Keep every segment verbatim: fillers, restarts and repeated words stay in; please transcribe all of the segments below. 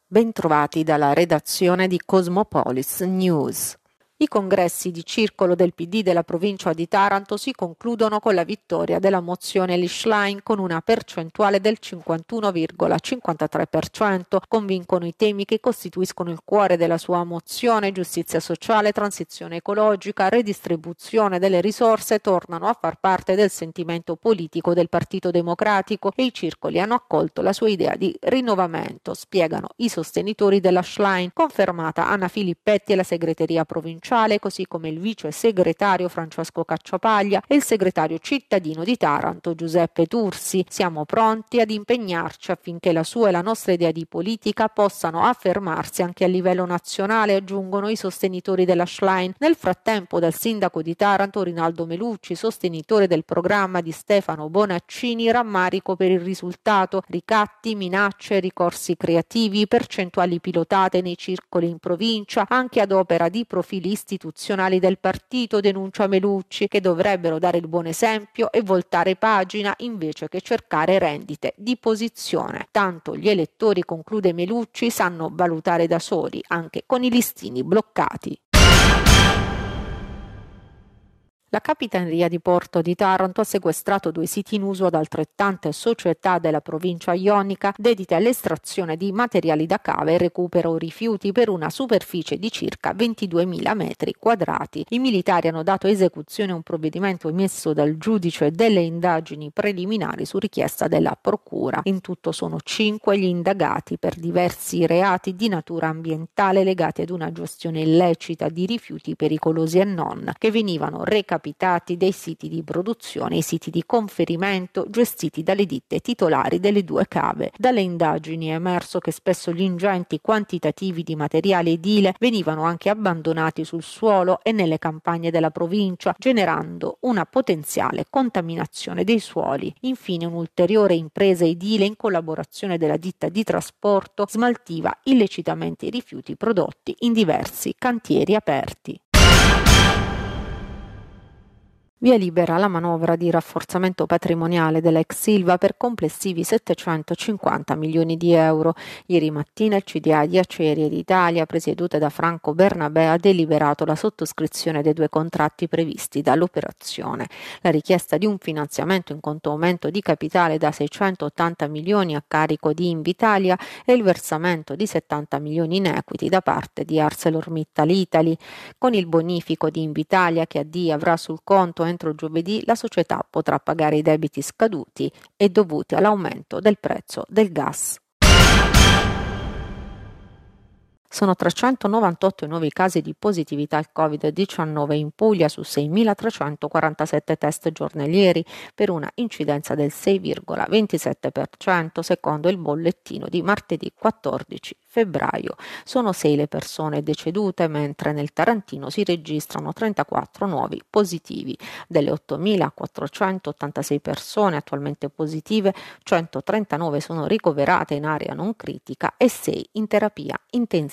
Bentrovati dalla redazione di Cosmopolis News. I congressi di circolo del P D della provincia di Taranto si concludono con la vittoria della mozione Lischlein con una percentuale del cinquantuno virgola cinquantatré per cento. Convincono i temi che costituiscono il cuore della sua mozione: giustizia sociale, transizione ecologica, redistribuzione delle risorse, tornano a far parte del sentimento politico del Partito Democratico e i circoli hanno accolto la sua idea di rinnovamento, spiegano i sostenitori della Schlein, confermata Anna Filippetti e la segreteria provinciale, così come il vice segretario Francesco Cacciapaglia e il segretario cittadino di Taranto Giuseppe Tursi. Siamo pronti ad impegnarci affinché la sua e la nostra idea di politica possano affermarsi anche a livello nazionale, aggiungono i sostenitori della Schlein. Nel frattempo dal sindaco di Taranto Rinaldo Melucci, sostenitore del programma di Stefano Bonaccini, rammarico per il risultato: ricatti, minacce, ricorsi creativi, percentuali pilotate nei circoli in provincia anche ad opera di profili istituzionali del partito, denuncia Melucci, che dovrebbero dare il buon esempio e voltare pagina invece che cercare rendite di posizione. Tanto gli elettori, conclude Melucci, sanno valutare da soli, anche con i listini bloccati. La Capitaneria di Porto di Taranto ha sequestrato due siti in uso ad altrettante società della provincia ionica dedite all'estrazione di materiali da cava e recupero rifiuti per una superficie di circa ventiduemila metri quadrati. I militari hanno dato esecuzione a un provvedimento emesso dal giudice delle indagini preliminari su richiesta della procura. In tutto sono cinque gli indagati per diversi reati di natura ambientale legati ad una gestione illecita di rifiuti pericolosi e non, che venivano recapitati capitati dei siti di produzione e siti di conferimento gestiti dalle ditte titolari delle due cave. Dalle indagini è emerso che spesso gli ingenti quantitativi di materiale edile venivano anche abbandonati sul suolo e nelle campagne della provincia, generando una potenziale contaminazione dei suoli. Infine, un'ulteriore impresa edile, in collaborazione della ditta di trasporto, smaltiva illecitamente i rifiuti prodotti in diversi cantieri aperti. Via libera la manovra di rafforzamento patrimoniale dell'ex Ilva per complessivi settecentocinquanta milioni di euro. Ieri mattina il C D A di Acciaierie d'Italia, presieduta da Franco Bernabè, ha deliberato la sottoscrizione dei due contratti previsti dall'operazione. La richiesta di un finanziamento in conto aumento di capitale da seicentottanta milioni a carico di Invitalia e il versamento di settanta milioni in equity da parte di ArcelorMittal Italy. Con il bonifico di Invitalia che A D I avrà sul conto entro giovedì, la società potrà pagare i debiti scaduti e dovuti all'aumento del prezzo del gas. Sono trecentonovantotto i nuovi casi di positività al covid diciannove in Puglia su seimilatrecentoquarantasette test giornalieri, per una incidenza del sei virgola ventisette per cento secondo il bollettino di martedì quattordici febbraio. Sono sei le persone decedute, mentre nel Tarantino si registrano trentaquattro nuovi positivi. Delle ottomilaquattrocentottantasei persone attualmente positive, centotrentanove sono ricoverate in area non critica e sei in terapia intensiva.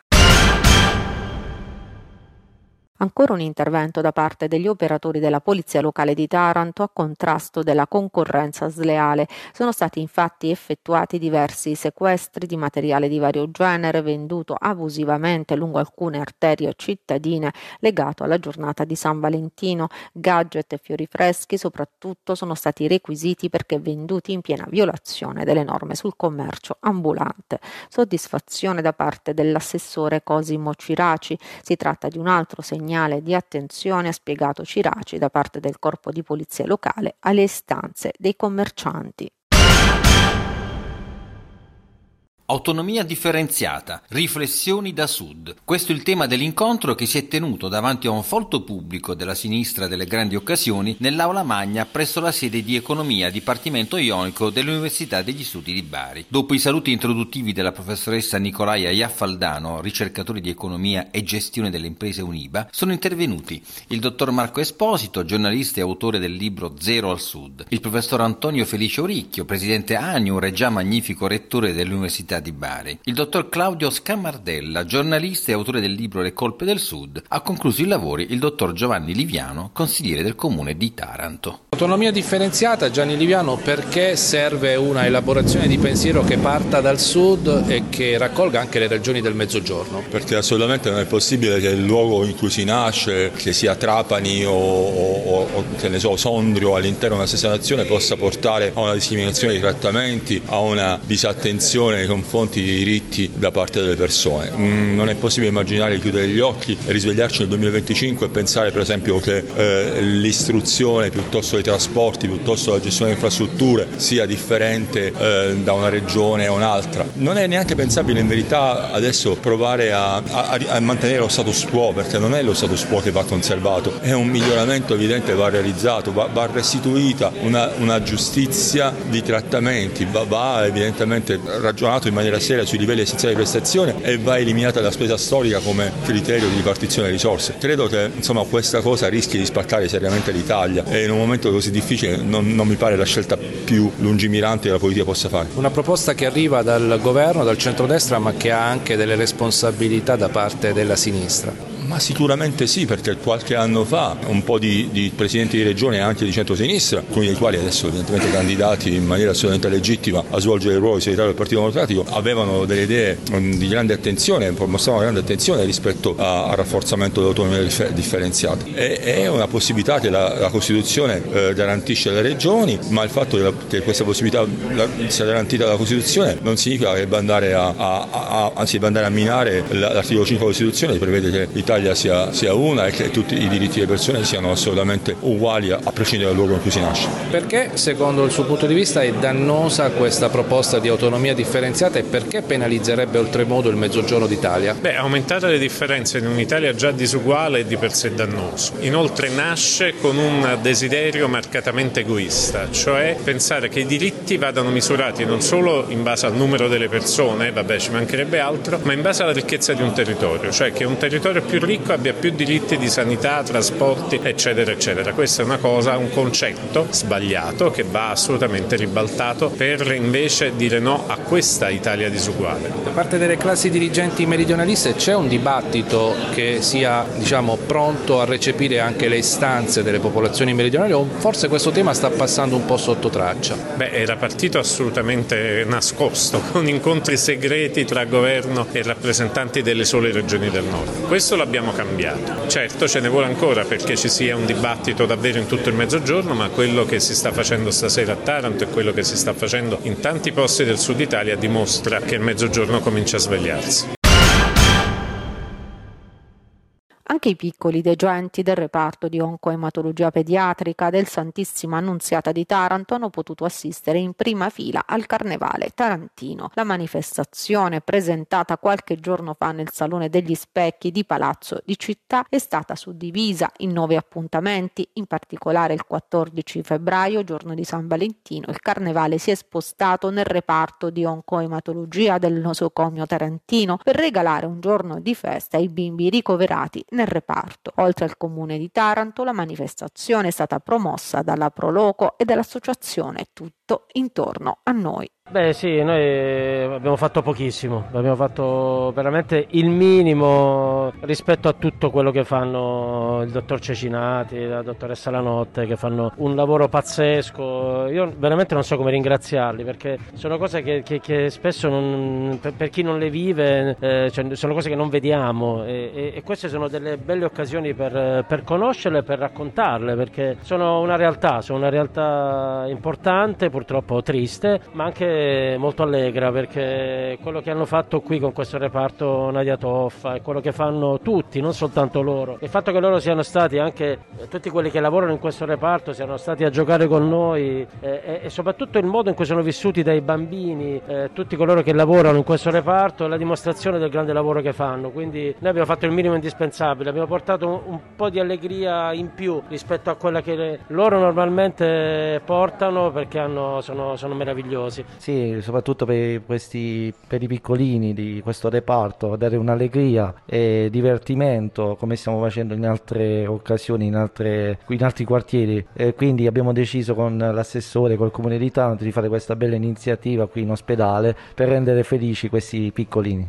Ancora un intervento da parte degli operatori della Polizia Locale di Taranto a contrasto della concorrenza sleale. Sono stati infatti effettuati diversi sequestri di materiale di vario genere venduto abusivamente lungo alcune arterie cittadine legato alla giornata di San Valentino. Gadget e fiori freschi soprattutto sono stati requisiti perché venduti in piena violazione delle norme sul commercio ambulante. Soddisfazione da parte dell'assessore Cosimo Ciraci. Si tratta di un altro segnale di attenzione, ha spiegato Ciraci, da parte del corpo di polizia locale alle istanze dei commercianti. Autonomia differenziata, riflessioni da sud. Questo è il tema dell'incontro che si è tenuto davanti a un folto pubblico della sinistra delle grandi occasioni nell'aula magna presso la sede di economia Dipartimento Ionico dell'Università degli Studi di Bari. Dopo i saluti introduttivi della professoressa Nicolaia Iaffaldano, ricercatore di economia e gestione delle imprese Uniba, sono intervenuti il dottor Marco Esposito, giornalista e autore del libro Zero al Sud, il professor Antonio Felice Oricchio, presidente ANIU, già magnifico rettore dell'Università dell'Università di Bari. Il dottor Claudio Scamardella, giornalista e autore del libro Le colpe del Sud, ha concluso i lavori il dottor Giovanni Liviano, consigliere del comune di Taranto. Autonomia differenziata, Gianni Liviano, perché serve una elaborazione di pensiero che parta dal sud e che raccolga anche le regioni del mezzogiorno? Perché assolutamente non è possibile che il luogo in cui si nasce, che sia Trapani o, o, o che ne so, Sondrio all'interno della stessa nazione, possa portare a una discriminazione di trattamenti, a una disattenzione nei confronti dei diritti da parte delle persone. Mm, non è possibile immaginare di chiudere gli occhi e risvegliarci nel duemilaventicinque e pensare per esempio che eh, l'istruzione piuttosto che trasporti, piuttosto la gestione delle infrastrutture sia differente eh, da una regione a un'altra. Non è neanche pensabile in verità adesso provare a, a, a mantenere lo status quo, perché non è lo status quo che va conservato, è un miglioramento evidente che va realizzato, va, va restituita una, una giustizia di trattamenti, va, va evidentemente ragionato in maniera seria sui livelli essenziali di prestazione e va eliminata la spesa storica come criterio di ripartizione delle risorse. Credo che insomma questa cosa rischi di spaccare seriamente l'Italia e in un momento così difficile non, non mi pare la scelta più lungimirante che la politica possa fare. Una proposta che arriva dal governo, dal centrodestra, ma che ha anche delle responsabilità da parte della sinistra. Ma sicuramente sì, perché qualche anno fa un po' di, di presidenti di regione anche di centrosinistra, alcuni dei quali adesso evidentemente candidati in maniera assolutamente legittima a svolgere il ruolo di segretario del Partito Democratico, avevano delle idee di grande attenzione, mostravano grande attenzione rispetto a, al rafforzamento dell'autonomia differenziata. E, è una possibilità che la, la Costituzione eh, garantisce alle regioni, ma il fatto che, la, che questa possibilità la, sia garantita dalla Costituzione non significa che debba andare a, a, a, anzi debba andare a minare l'articolo cinque della Costituzione, che prevede che l'Italia Sia, sia una e che tutti i diritti delle persone siano assolutamente uguali a, a prescindere dal luogo in cui si nasce. Perché secondo il suo punto di vista è dannosa questa proposta di autonomia differenziata e perché penalizzerebbe oltremodo il mezzogiorno d'Italia? Beh, aumentare le differenze in un'Italia già disuguale è di per sé dannoso. Inoltre nasce con un desiderio marcatamente egoista, cioè pensare che i diritti vadano misurati non solo in base al numero delle persone, vabbè ci mancherebbe altro, ma in base alla ricchezza di un territorio, cioè che un territorio più ricco abbia più diritti di sanità, trasporti, eccetera, eccetera. Questa è una cosa, un concetto sbagliato che va assolutamente ribaltato per invece dire no a questa Italia disuguale. Da parte delle classi dirigenti meridionaliste c'è un dibattito che sia, diciamo, pronto a recepire anche le istanze delle popolazioni meridionali o forse questo tema sta passando un po' sotto traccia? Beh, era partito assolutamente nascosto, con incontri segreti tra governo e rappresentanti delle sole regioni del nord. Questo l'abbiamo cambiato. Certo ce ne vuole ancora perché ci sia un dibattito davvero in tutto il mezzogiorno, ma quello che si sta facendo stasera a Taranto e quello che si sta facendo in tanti posti del sud Italia dimostra che il mezzogiorno comincia a svegliarsi. Anche i piccoli degenti del reparto di oncoematologia pediatrica del Santissima Annunziata di Taranto hanno potuto assistere in prima fila al Carnevale tarantino. La manifestazione, presentata qualche giorno fa nel Salone degli Specchi di Palazzo di Città, è stata suddivisa in nove appuntamenti. In particolare il quattordici febbraio, giorno di San Valentino, il Carnevale si è spostato nel reparto di oncoematologia del nosocomio tarantino per regalare un giorno di festa ai bimbi ricoverati nel reparto. Oltre al comune di Taranto, la manifestazione è stata promossa dalla Proloco e dall'associazione Tutto Intorno a Noi. Beh sì, noi abbiamo fatto pochissimo, abbiamo fatto veramente il minimo rispetto a tutto quello che fanno il dottor Cecinati, la dottoressa Lanotte, che fanno un lavoro pazzesco. Io veramente non so come ringraziarli, perché sono cose che, che, che spesso non, per, per chi non le vive, eh, cioè sono cose che non vediamo e, e, e queste sono delle belle occasioni per, per conoscerle e per raccontarle, perché sono una realtà, sono una realtà importante, purtroppo triste, ma anche molto allegra, perché quello che hanno fatto qui con questo reparto Nadia Toffa e quello che fanno tutti, non soltanto loro, il fatto che loro siano stati anche tutti quelli che lavorano in questo reparto siano stati a giocare con noi eh, e soprattutto il modo in cui sono vissuti dai bambini eh, tutti coloro che lavorano in questo reparto è la dimostrazione del grande lavoro che fanno. Quindi noi abbiamo fatto il minimo indispensabile, abbiamo portato un, un po' di allegria in più rispetto a quella che loro normalmente portano, perché hanno, sono, sono meravigliosi. Sì, soprattutto per questi per i piccolini di questo reparto, dare un'allegria e divertimento come stiamo facendo in altre occasioni, in, altre, in altri quartieri. E quindi abbiamo deciso con l'assessore, col comune di Taranto, di fare questa bella iniziativa qui in ospedale per rendere felici questi piccolini.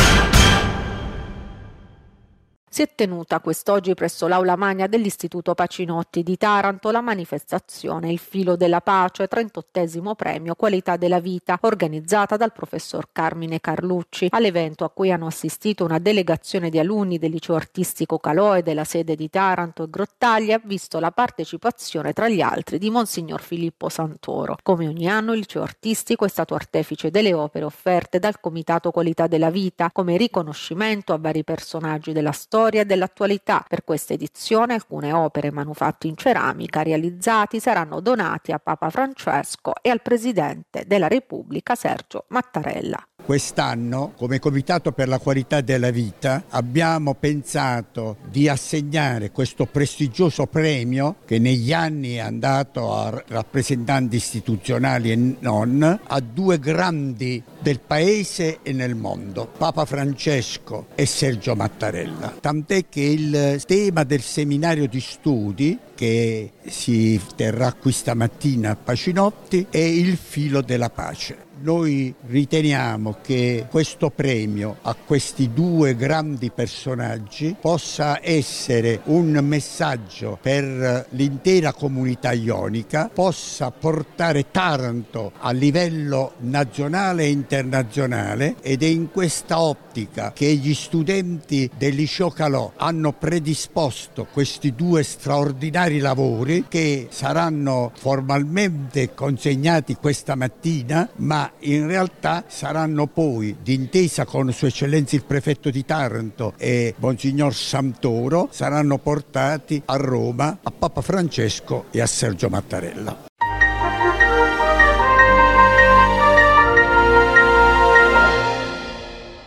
Si è tenuta quest'oggi presso l'Aula Magna dell'Istituto Pacinotti di Taranto la manifestazione Il filo della pace, trentottesimo premio Qualità della vita, organizzata dal professor Carmine Carlucci. All'evento, a cui hanno assistito una delegazione di alunni del liceo artistico Calò della sede di Taranto e Grottaglie, ha visto la partecipazione tra gli altri di Monsignor Filippo Santoro. Come ogni anno, il liceo artistico è stato artefice delle opere offerte dal Comitato Qualità della Vita come riconoscimento a vari personaggi della storia e dell'attualità. Per questa edizione alcune opere manufatte in ceramica realizzati saranno donati a Papa Francesco e al Presidente della Repubblica Sergio Mattarella. Quest'anno, come Comitato per la Qualità della Vita, abbiamo pensato di assegnare questo prestigioso premio, che negli anni è andato a rappresentanti istituzionali e non, a due grandi del Paese e nel mondo, Papa Francesco e Sergio Mattarella. Tant'è che il tema del seminario di studi, che si terrà qui stamattina a Pacinotti, è il filo della pace. Noi riteniamo che questo premio a questi due grandi personaggi possa essere un messaggio per l'intera comunità ionica, possa portare Taranto a livello nazionale e internazionale, ed è in questa ottica che gli studenti del liceo Calò hanno predisposto questi due straordinari lavori, che saranno formalmente consegnati questa mattina, ma in realtà saranno poi, d'intesa con Sua Eccellenza il Prefetto di Taranto e Monsignor Santoro, saranno portati a Roma a Papa Francesco e a Sergio Mattarella.